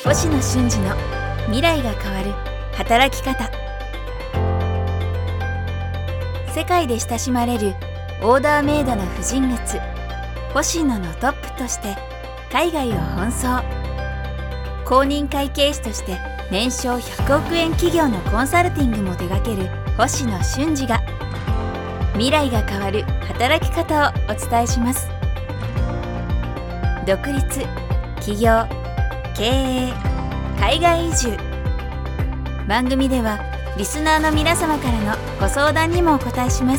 星野俊二の未来が変わる働き方。世界で親しまれるオーダーメイドの婦人靴星野のトップとして海外を奔走。公認会計士として年商100億円企業のコンサルティングも手掛ける星野俊二が未来が変わる働き方をお伝えします。独立、起業、経営、海外移住。番組ではリスナーの皆様からのご相談にもお答えします。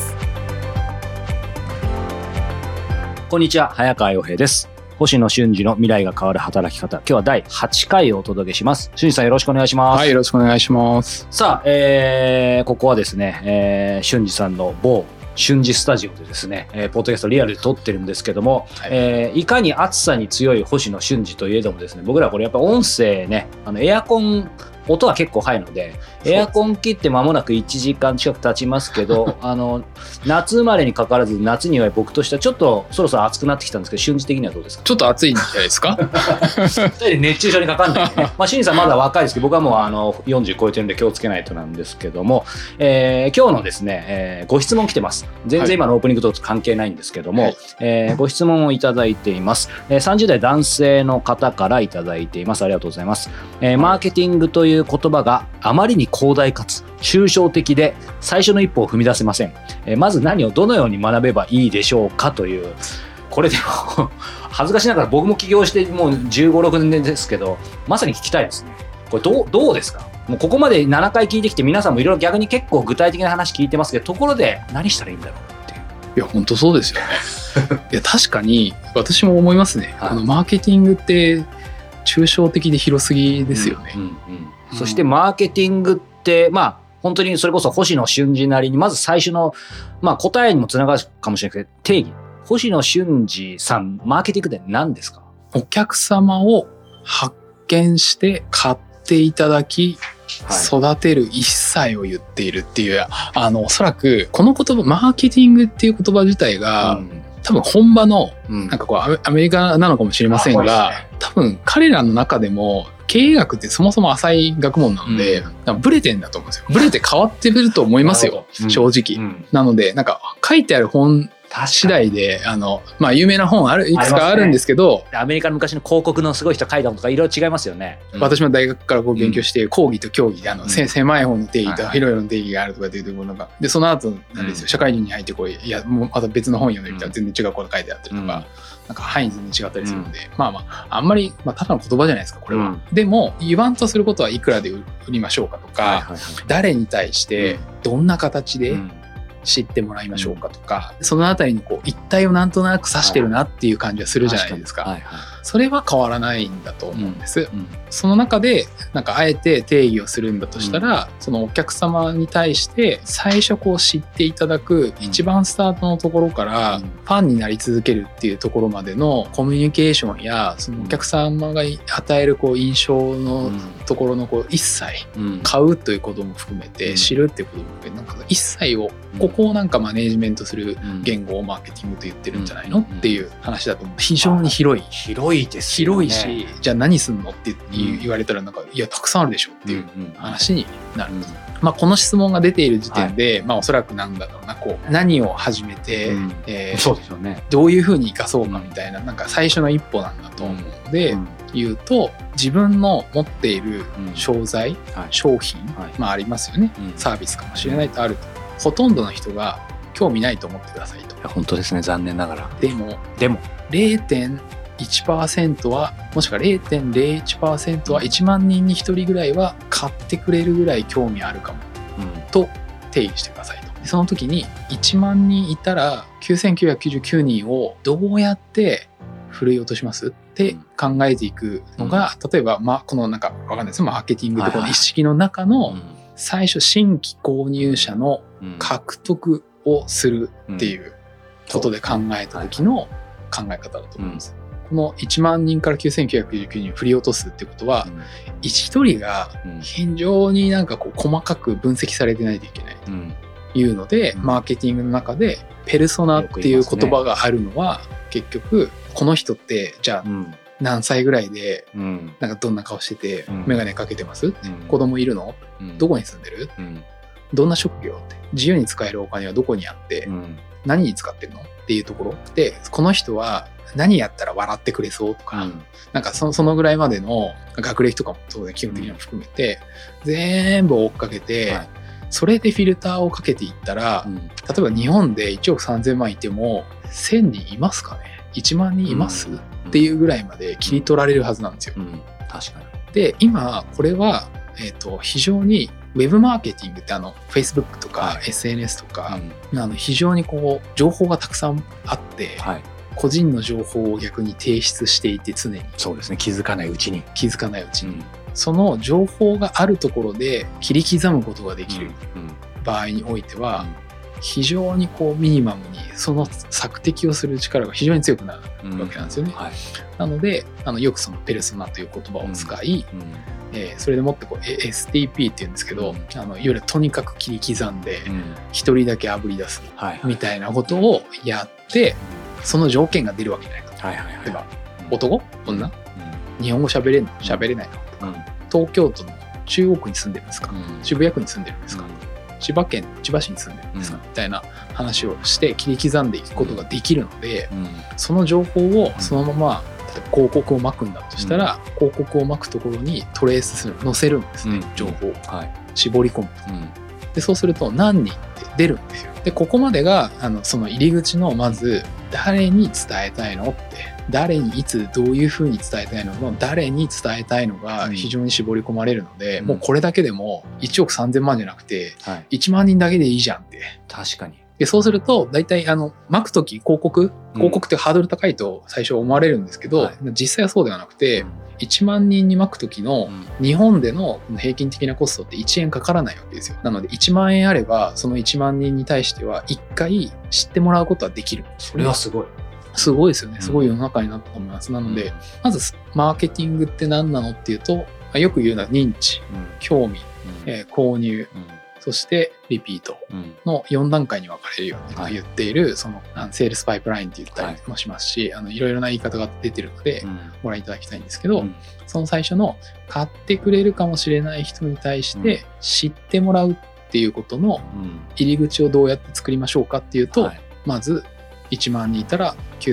こんにちは、早川洋平です。星野俊二の未来が変わる働き方。今日は第8回をお届けします。俊二さん、よろしくお願いします。 はい、よろしくお願いします。 さあ、ここはですね、俊二さんの某俊二スタジオでですね、ポッドキャストリアルで撮ってるんですけども、はい、いかに暑さに強い星野俊二といえどもですね、僕らこれやっぱ音声ね、エアコン音は結構入るので、エアコン切って間もなく1時間近く経ちますけど夏生まれにかかわらず夏には僕としてはちょっとそろそろ暑くなってきたんですけど、俊二的にはどうですか？ ちょっと暑いんじゃないですか？ 熱中症にかかんないね。俊二さんまだ若いですけど、僕はもう40超えてるんで気をつけないとなんですけども、今日のですね、ご質問来てます。全然今のオープニングと関係ないんですけども、ご質問をいただいています。30代男性の方からいただいています。ありがとうございます。マーケティングという言葉があまりに広大かつ抽象的で最初の一歩を踏み出せません。まず何をどのように学べばいいでしょうかという。これでも恥ずかしながら僕も起業してもう15、6年ですけど、まさに聞きたいですね。これどうですか？もうここまで7回聞いてきて、皆さんもいろいろ逆に結構具体的な話聞いてますけど、ところで何したらいいんだろうっていう。 いや本当そうですよね。いや確かに私も思いますね。このマーケティングって抽象的で広すぎですよね。 そしてマーケティングって本当にそれこそ星野俊二なりにまず最初の答えにもつながるかもしれないけど、定義。星野俊二さん、マーケティングって何ですか？ お客様を発見して買っていただき、育てる一切を言っているっていう、おそらくこの言葉、マーケティングっていう言葉自体が、多分本場のなんかこうアメリカなのかもしれませんが、多分彼らの中でも経営学ってそもそも浅い学問なので、ブレてんだと思うんですよ。ブレて変わってると思いますよ、正直。なのでなんか書いてある本次第で有名な本いくつかあるんですけど、 アメリカの昔の広告のすごい人書いた本とかいろいろ違いますよね。 私も大学からこう勉強して、講義と競技で狭い方の定義と広い方の定義があるとかっていうところが、でその後なんですよ、社会人に入っていやもうまた別の本読んでみたら全然違うこと書いてあったりとか、なんか範囲全然違ったりするので、あんまりただの言葉じゃないですかこれは。でも言わんとすることはいくらで売りましょうかとか、誰に対してどんな形で知ってもらいましょうかとか、そのあたりにこう一体をなんとなく指してるなっていう感じはするじゃないですか。それは変わらないんだと思うんです。その中でなんかあえて定義をするんだとしたら、そのお客様に対して最初こう知っていただく一番スタートのところからファンになり続けるっていうところまでのコミュニケーションや、そのお客様が与えるこう印象のところのこう一切、買うということも含めて知るっていうことも含めて、なんか一切をここをなんかマネージメントする言語をマーケティングと言ってるんじゃないのっていう話だと思う。非常に広いですよね。広いし、じゃあ何すんのって言われたらなんかいやたくさんあるでしょっていう話になる。この質問が出ている時点で、おそらくなんだろうな、こう何を始めて、 そうですよね、 どういうふうに生かそうかみたいな、なんか最初の一歩なんだと思うので、言うと自分の持っている商材、商品、ありますよね、サービスかもしれないとあると、ほとんどの人が興味ないと思ってくださいと。 本当ですね、残念ながら。 でも 0.1% はもしくは 0.01% は1万人に1人ぐらいは買ってくれるぐらい興味あるかも、と定義してくださいと。その時に1万人いたら9999人をどうやってふるい落としますって考えていくのが、例えばこのなんかわかんないですよ、マーケティングとこの一式の中の最初新規購入者の獲得をするっていうことで考えた時の考え方だと思うんです。この1万人から9999人を振り落とすってことは、一人が非常になんかこう細かく分析されてないといけないというので、マーケティングの中でペルソナっていう言葉があるのは、結局この人ってじゃあ何歳ぐらいでうんなんかどんな顔してて、 うん眼鏡かけてます、 うん子供いるの、 うんどこに住んでる、 うんどんな職業って、自由に使えるお金はどこにあって、 うん何に使ってるのっていうところで、この人は何やったら笑ってくれそうとか、なんかそのぐらいまでの学歴とかも当然基本的には含めて、全部追っかけて、 はいそれでフィルターをかけていったら、 うん例えば日本で1億3000万いても1000人いますかね、1万人います、っていうぐらいまで切り取られるはずなんですよ。 うん確かにで今これは、非常にウェブマーケティングって Facebook とかは SNS とか、 うん非常にこう情報がたくさんあって、 はい個人の情報を逆に提出していて、常にそうですね気づかないうちに気づかないうちに、 うんその情報があるところで切り刻むことができるうん場合においては、非常にこうミニマムにその索敵をする力が非常に強くなるわけなんですよね。 はいなのでよくそのペルソナという言葉を使い、それでもってこう STP っていうんですけど、 うんいわゆるとにかく切り刻んでうん一人だけあぶり出すはいみたいなことをやってその条件が出るわけじゃないか。 はいはいはい例えば男女日本語喋れんの喋れないの、 うん東京都の中央区に住んでるんですか、 うん渋谷区に住んでるんですか、千葉市に住んでるんですか、みたいな話をして切り刻んでいくことができるので、その情報をそのまま例えば広告を巻くんだとしたら、広告を巻くところにトレースする載せるんですね、情報をはい絞り込む。でそうすると何人って出るんですよ。でここまでがその入り口のまず誰に伝えたいのって、誰にいつどういうふうに伝えたいのの誰に伝えたいのが非常に絞り込まれるので、もうこれだけでも1億3000万じゃなくてはい 1万人だけでいいじゃんって。 確かにでそうすると大体巻くとき広告ってハードル高いと最初思われるんですけど、 はい実際はそうではなくて、1万人に巻く時の日本での平均的なコストって1円かからないわけですよ。なので1万円あればその1万人に対しては1回知ってもらうことはできる。 それはすごいすごいですよね。すごい世の中になったと思います。なのでまずマーケティングって何なのっていうと、よく言うのは認知、興味、購入、そしてリピートの4段階に分かれるように言っている、そのセールスパイプラインって言ったりもしますし、いろいろな言い方が出てるのでご覧いただきたいんですけど、その最初の買ってくれるかもしれない人に対して知ってもらうっていうことの入り口をどうやって作りましょうかっていうと、まず1万人いたら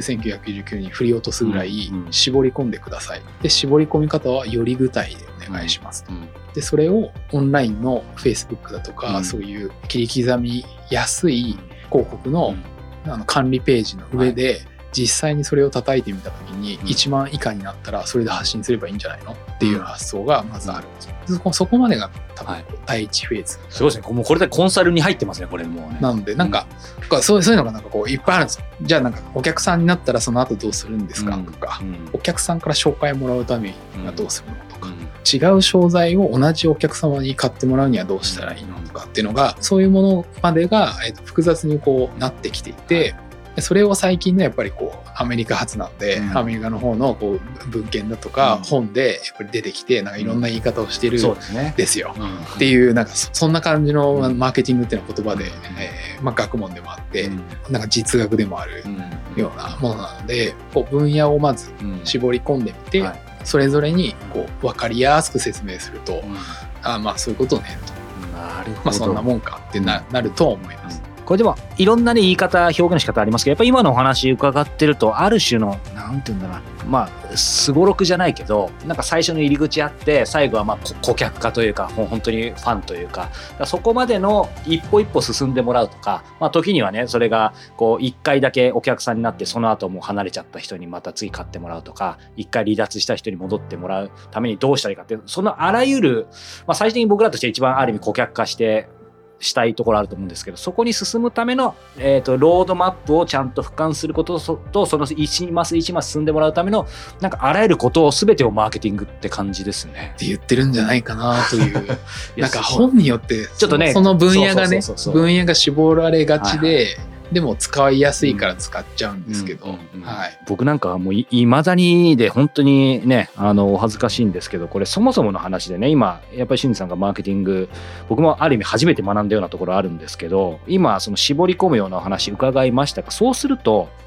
9999人振り落とすぐらい絞り込んでください。で絞り込み方はより具体でお願いしますと。でそれをオンラインの Facebook だとか、そういう切り刻みやすい広告の管理ページの上で、実際にそれを叩いてみた時に1万以下になったらそれで発信すればいいんじゃないのっていう発想がまずあるんですよ。そこまでが多分第一フェーズ。 すごいですね。もうこれでコンサルに入ってますね、これもうね。 なのでなんか、そういうのがなんかこういっぱいあるんですよ。じゃあなんかお客さんになったらその後どうするんですかとか、お客さんから紹介もらうためにはどうするのとか、違う商材を同じお客様に買ってもらうにはどうしたらいいのとかっていうのが、そういうものまでが複雑にこうなってきていて、それを最近ねやっぱりこうアメリカ発なんで、アメリカの方のこう文献だとか本でやっぱり出てきて、なんかいろんな言い方をしてるんですよ。っていうなんかそんな感じのマーケティングっていうのは言葉で、学問でもあって、なんか実学でもあるようなものなので、こう分野をまず絞り込んでみて、それぞれにこう分かりやすく説明すると、まあそういうことねと、 なるほど、 まあそんなもんかってなると思います。 これでもいろんなね言い方表現の仕方ありますけど、やっぱり今のお話伺ってるとある種のなんていうんだろうな、まあすごろくじゃないけど、なんか最初の入り口あって最後はまあ顧客化というか本当にファンというか、そこまでの一歩一歩進んでもらうとか、まあ時にはねそれがこう1回だけお客さんになってその後もう離れちゃった人にまた次買ってもらうとか、1回離脱した人に戻ってもらうためにどうしたらいいかっていう、そのあらゆる、まあ最終的に僕らとして一番ある意味顧客化したいところあると思うんですけど、そこに進むための、ロードマップをちゃんと俯瞰することと、その一マス一マス進んでもらうためのなんかあらゆることを全てをマーケティングって感じですね。 って言ってるんじゃないかなというなんか本によってちょっとねその分野がね分野が絞られがちで、でも使いやすいから使っちゃうんですけど、 僕なんかはもういまだにで本当にねお恥ずかしいんですけど、これそもそもの話でね、今やっぱり清水さんがマーケティング僕もある意味初めて学んだようなところあるんですけど、今その絞り込むようなお話伺いましたが、そうすると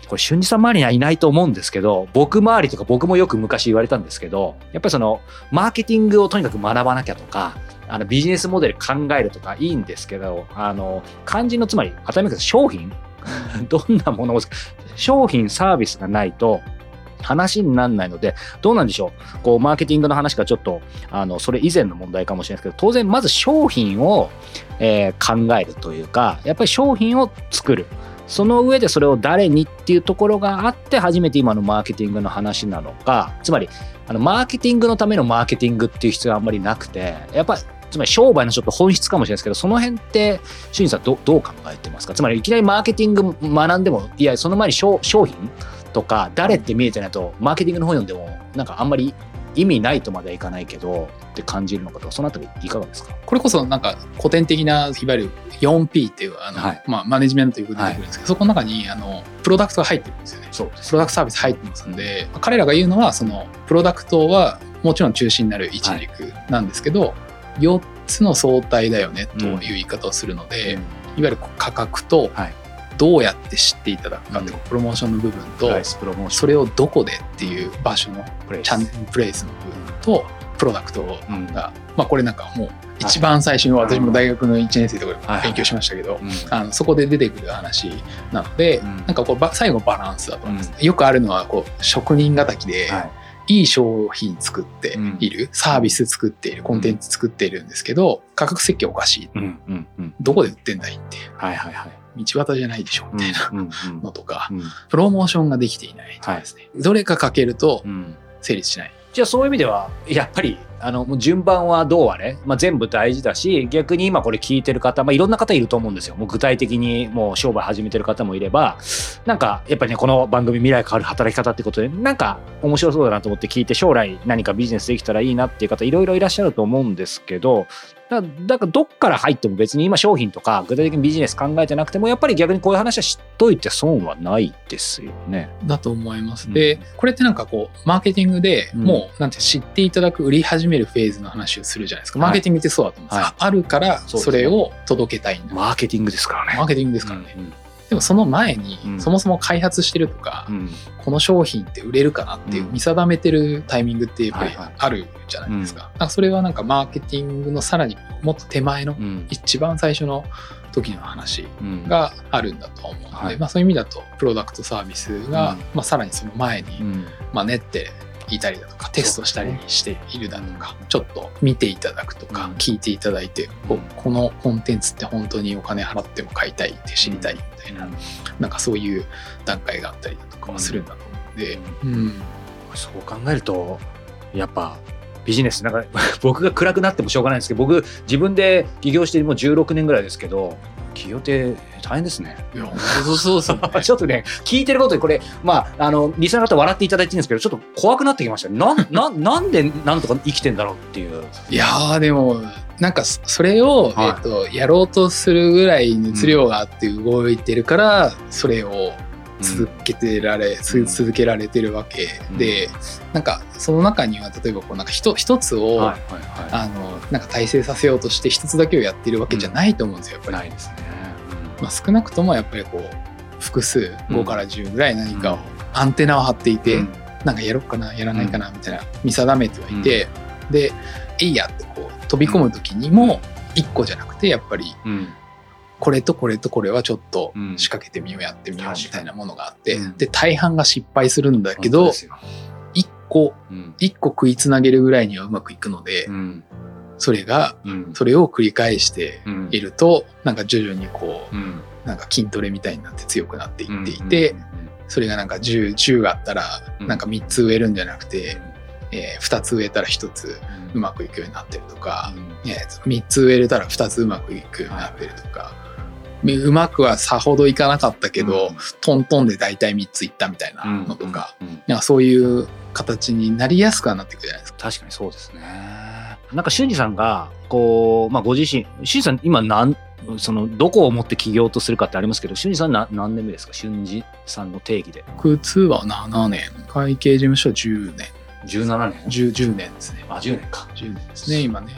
これ俊二さん周りにはいないと思うんですけど、僕周りとか僕もよく昔言われたんですけど、やっぱりそのマーケティングをとにかく学ばなきゃとか、ビジネスモデル考えるとかいいんですけど、肝心のつまり当たり前です商品どんなものを商品サービスがないと話にならないので、どうなんでしょう、こうマーケティングの話がちょっとそれ以前の問題かもしれないですけど、当然まず商品を、考えるというか、やっぱり商品を作る、その上でそれを誰にっていうところがあって初めて今のマーケティングの話なのか、つまりマーケティングのためのマーケティングっていう必要はあんまりなくて、やっぱりつまり商売のちょっと本質かもしれないですけど、その辺って俊二さんどう考えてますか？つまりいきなりマーケティング学んでも、いやその前に商品とか誰って見えてないとマーケティングの本読んでもなんかあんまり意味ないとまではいかないけどって感じるのかとか、そのあたりいかがですか？ これこそなんか古典的ないわゆる 4P っていうはいマネジメントということで出てくるんですけど、そこの中にプロダクトが入ってるんですよね。 そうです。 プロダクトサービス入ってますので、彼らが言うのはそのプロダクトはもちろん中心になる一軸なんですけど、4つの相対だよねという言い方をするので、いわゆる価格とどうやって知っていただくかっていうプロモーションの部分と、それをどこでっていう場所のチャンネルプレイスの部分とプロダクトが、これなんかもう一番最初に私も大学の1年生とかで勉強しましたけど、そこで出てくる話なので、なんかこう最後バランスだと思います。よくあるのはこう職人敵でいい商品作っている、サービス作っている、コンテンツ作っているんですけど、価格設計おかしい、どこで売ってんだいっていう、道端じゃないでしょみたいなのとか、プロモーションができていないとかですね、どれかかけると成立しない。 じゃあそういう意味ではやっぱりもう順番はどうあれ、全部大事だし、逆に今これ聞いてる方、いろんな方いると思うんですよ。もう具体的にもう商売始めてる方もいれば、なんかやっぱりね、この番組未来変わる働き方ってことでなんか面白そうだなと思って聞いて、将来何かビジネスできたらいいなっていう方いろいろいらっしゃると思うんですけど、だからどっから入っても別に今商品とか具体的にビジネス考えてなくても、やっぱり逆にこういう話は知っといて損はないですよね。 だと思います。で、これってなんかこうマーケティングでもうなんて知っていただく、売り始めるフェーズの話をするじゃないですか。マーケティングってそうだと思うんです。あるからそれを届けたいんだ。 マーケティングですからね。 マーケティングですからね。でもその前にそもそも開発してるとか、この商品って売れるかなっていう見定めてるタイミングってやっぱりあるじゃないですか。なんかそれはなんかマーケティングのさらにもっと手前の一番最初の時の話があるんだと思うので、そういう意味だとプロダクトサービスがさらにその前に練っていたりだとか、テストしたりしているだとか、ちょっと見ていただくとか聞いていただいて、このコンテンツって本当にお金払っても買いたいって知りたいみたいな、なんかそういう段階があったりだとかはするんだと思うんで、 そう考えるとやっぱビジネスなんか僕が暗くなってもしょうがないんですけど、僕自分で起業してもう16年ぐらいですけど、起業って大変ですね。 いや、そうですね。 ちょっとね、聞いてることでこれ、リスナーの方笑っていただいてるんですけど、ちょっと怖くなってきました。なんでなんとか生きてんだろうっていう。 いやー、でもなんかそれを、やろうとするぐらい熱量があって動いてるから、それを続けられてるわけで、なんかその中には例えばこうなんか一つをなんか体制させようとして一つだけをやってるわけじゃないと思うんですよ、やっぱり。 ないですね。 少なくともやっぱりこう複数5から10ぐらい何かをアンテナを張っていて、なんかやろうかなやらないかなみたいな見定めてはいて、でいいやってこう飛び込む時にも1個じゃなくて、やっぱりこれとこれとこれはちょっと仕掛けてみよう、やってみようみたいなものがあって、で大半が失敗するんだけど、1個食いつなげるぐらいにはうまくいくので、それを繰り返していると、なんか徐々にこうなんか筋トレみたいになって強くなっていっていて、それがなんか10あったらなんか3つ植えるんじゃなくて、2つ植えたら1つうまくいくようになってるとか、3つ植えれたら2つうまくいくようになってるとか、うまくはさほどいかなかったけど、トントンで大体3ついったみたいなのとか、なんかそういう形になりやすくはなっていくじゃないですか。 確かにそうですね。なんか俊二さんがこう、ご自身、俊二さん今どこをもって起業とするかってありますけど、俊二さん何年目ですか？俊二さんの定義で。 靴は7年、会計事務所10年。 17年 10年ですね。 10年か。 10年ですね、今ね。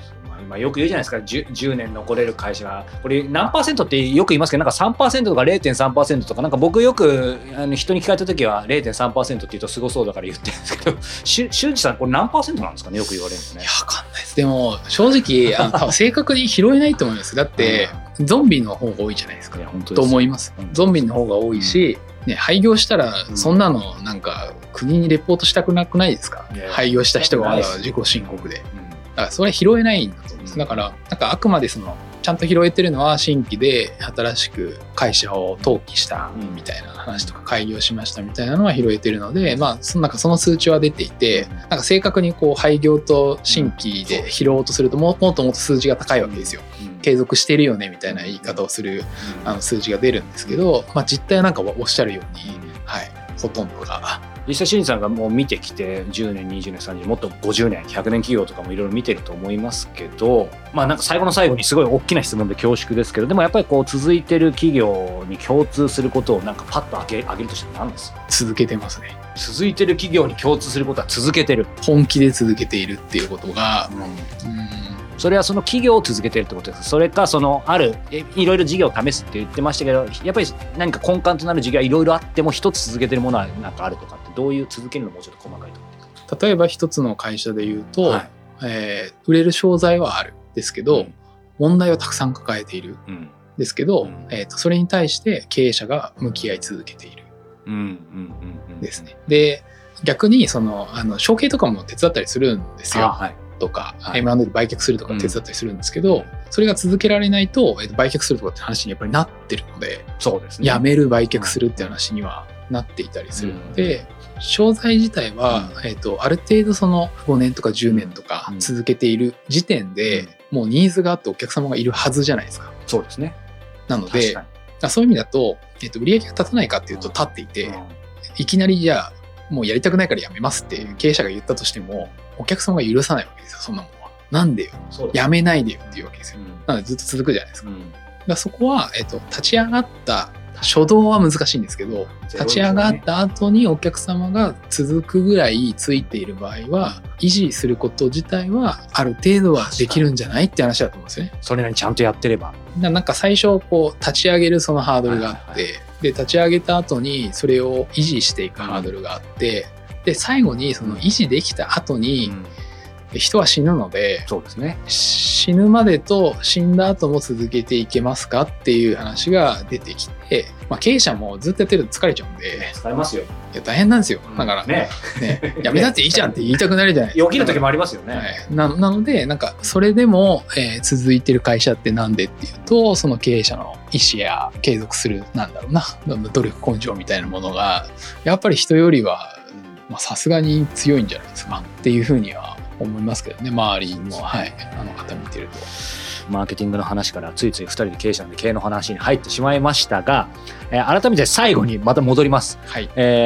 まあ、よく言うじゃないですか 10年残れる会社がこれ何%ってよく言いますけどなんか 3% とか 0.3% とかなんか僕よく人に聞かれた時は 0.3% って言うとすごそうだから言ってるんですけど俊二さんこれ何%なんですかねよく言われるんですね。 いや分かんないです。でも正直多分正確に拾えないと思います。だってゾンビの方が多いじゃないですか。 いや本当ですと思います。ゾンビの方が多いし、ね、廃業したらそんなのなんか国にレポートしたくなくないですか。廃業した人が自己申告で。だからそれ拾えないんだと思うんです。だからなんかあくまでそのちゃんと拾えてるのは新規で新しく会社を登記したみたいな話とか開業しましたみたいなのは拾えてるので、まあなんかその数値は出ていて、なんか正確にこう廃業と新規で拾おうとするともっと数字が高いわけですよ。継続してるよねみたいな言い方をする数字が出るんですけど、まあ実態はなんかおっしゃるように、はい、ほとんどが。 実際俊二さんがもう見てきて10年20年30年もっと50年100年企業とかもいろいろ見てると思いますけど、まあなんか最後の最後にすごい大きな質問で恐縮ですけど、でもやっぱりこう続いてる企業に共通することをなんかパッと挙げるとしたら何ですか。 続けてますね。 続いてる企業に共通することは続けてる、 本気で続けているっていうことが、 それはその企業を続けてるってことです。それかそのあるいろいろ事業を試すって言ってましたけど、やっぱり何か根幹となる事業はいろいろあっても一つ続けてるものは何かあるとかってどういう続けるのもうちょっと細かいところ。 例えば一つの会社で言うと、 はい売れる商材はあるですけど、問題をたくさん抱えているですけど、それに対して経営者が向き合い続けているですね。で逆にその承継とかも手伝ったりするんですよ。とか、M&A で売却するとか手伝ったりするんですけど、それが続けられないと、売却するとかって話にやっぱりなってるので、 そうですね、 やめる売却するって話にはなっていたりするので、商材自体は、ある程度その5年とか10年とか続けている時点で、もうニーズがあってお客様がいるはずじゃないですか。 そうですね。 なのでそういう意味だと、売り上げが立たないかっていうと立っていて、いきなりじゃあもうやりたくないからやめますって経営者が言ったとしてもお客様が許さないわけですよ。そんなものはなんでよ、やめないでよっていうわけですよ。なのでずっと続くじゃないですか。だからそこは、立ち上がった初動は難しいんですけど、立ち上がった後にお客様が続くぐらいついている場合は維持すること自体はある程度はできるんじゃないって話だと思うんですよね。 それなりにちゃんとやってれば。 なんか最初こう立ち上げるそのハードルがあって、で立ち上げた後にそれを維持していくハードルがあって、で最後にその維持できた後に、人は死ぬので、 そうですね、 死ぬまでと死んだ後も続けていけますかっていう話が出てきて、経営者もずっとやってると疲れちゃうんで、 疲れますよ。 いや大変なんですよ。だからねやめたっていいじゃんって言いたくなるじゃないですか。 起きる時もありますよね。 はい、なのでなんかそれでも、続いてる会社ってなんでっていうと、その経営者の意思や継続するなんだろうな努力根性みたいなものがやっぱり人よりはさすがに強いんじゃないですかっていうふうには思いますけどね、周りも、はい、方見てると。 マーケティングの話からついつい2人で経営者の経営の話に入ってしまいましたが、改めて最後にまた戻ります、はい。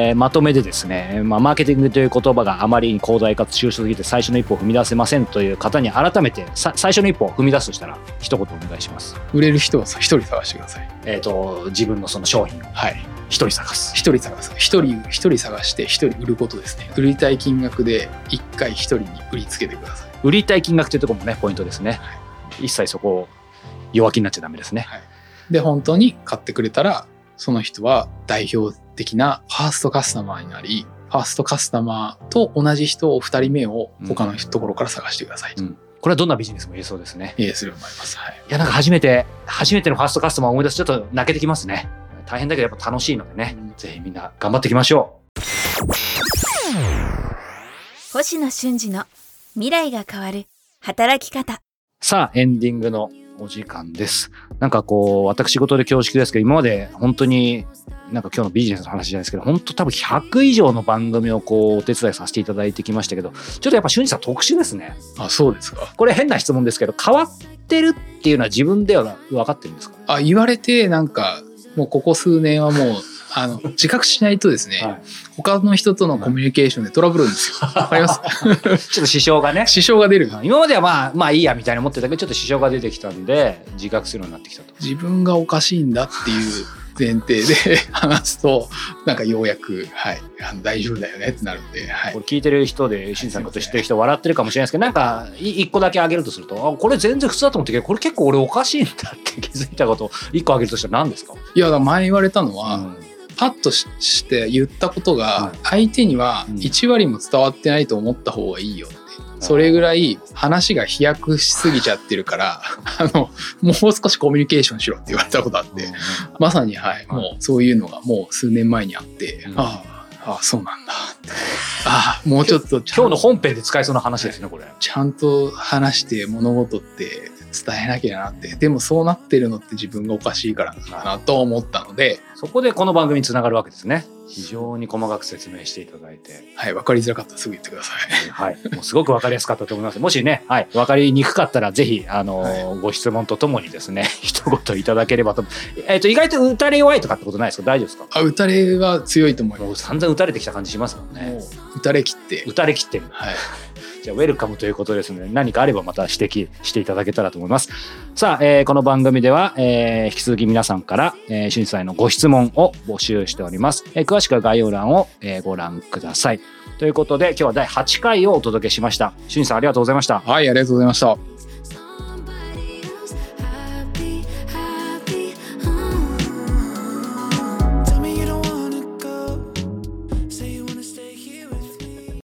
まとめでですね、マーケティングという言葉があまりに広大かつ抽象すぎて最初の一歩を踏み出せませんという方に改めて最初の一歩を踏み出すとしたら一言お願いします。 売れる人を一人探してください。 自分のその商品を一人探す。一人探して一人売ることですね。売りたい金額で一回一人に売りつけてください。 売りたい金額というところもねポイントですね。はい、一切そこを弱気になっちゃダメですね。はい、 で本当に買ってくれたらその人は代表的なファーストカスタマーになり、ファーストカスタマーと同じ人を2人目を他のところから探してくださいと。 これはどんなビジネスも言えそうですね。 言えそう思います。はい。 いやなんか初めてのファーストカスタマーを思い出すとちょっと泣けてきますね。大変だけどやっぱ楽しいのでね、ぜひみんな頑張っていきましょう。 星野俊二の未来が変わる働き方。 さあエンディングのお時間です。なんかこう私事で恐縮ですけど、今まで本当になんか今日のビジネスの話じゃないですけど、本当多分100以上の番組をこうお手伝いさせていただいてきましたけど、ちょっとやっぱ俊二さん特殊ですね。 あ、そうですか。 これ変な質問ですけど、変わってるっていうのは自分では分かってるんですか？ あ、言われてなんかもうここ数年はもう自覚しないとですね、はい、他の人とのコミュニケーションでトラブるんですよ。わかります？ ちょっと支障がね。 支障が出る。 今まではまあいいやみたいな思ってたけど、ちょっと支障が出てきたんで自覚するようになってきたと。 自分がおかしいんだっていう前提で話すとなんかようやく、はい、大丈夫だよねってなるんで、はい、 これ聞いてる人でしんさんのこと知ってる人笑ってるかもしれないですけど、なんか一個だけ挙げるとすると、これ全然普通だと思ってけどこれ結構俺おかしいんだって気づいたことを一個挙げるとしたら何ですか？ いやだから前言われたのは、パッとして言ったことが相手には1割も伝わってないと思った方がいいよって、それぐらい話が飛躍しすぎちゃってるからもう少しコミュニケーションしろって言われたことあって、まさに、はい、もうそういうのがもう数年前にあって、ああそうなんだって、ああもうちょっと今日の本編で使えそうな話ですねこれ。 ちゃんと話して物事って伝えなきゃなって、でもそうなってるのって自分がおかしいからなんだなと思ったので、 そこでこの番組につながるわけですね。非常に細かく説明していただいて、 はい、分かりづらかったらすぐ言ってください。 はい、もうすごく分かりやすかったと思います。もしね、はい、分かりにくかったらぜひご質問とともにですね一言いただければと。意外と打たれ弱いとかってことないですか？大丈夫ですか？ 打たれは強いと思います。 もう散々打たれてきた感じしますもんね。 もう打たれ切ってる、 はいじゃあウェルカムということですので、何かあればまた指摘していただけたらと思います。さあ、この番組では、引き続き皆さんから、しんさんへのご質問を募集しております。詳しくは概要欄を、ご覧ください。ということで今日は第8回をお届けしました。しんさんありがとうございました。 はい、ありがとうございました。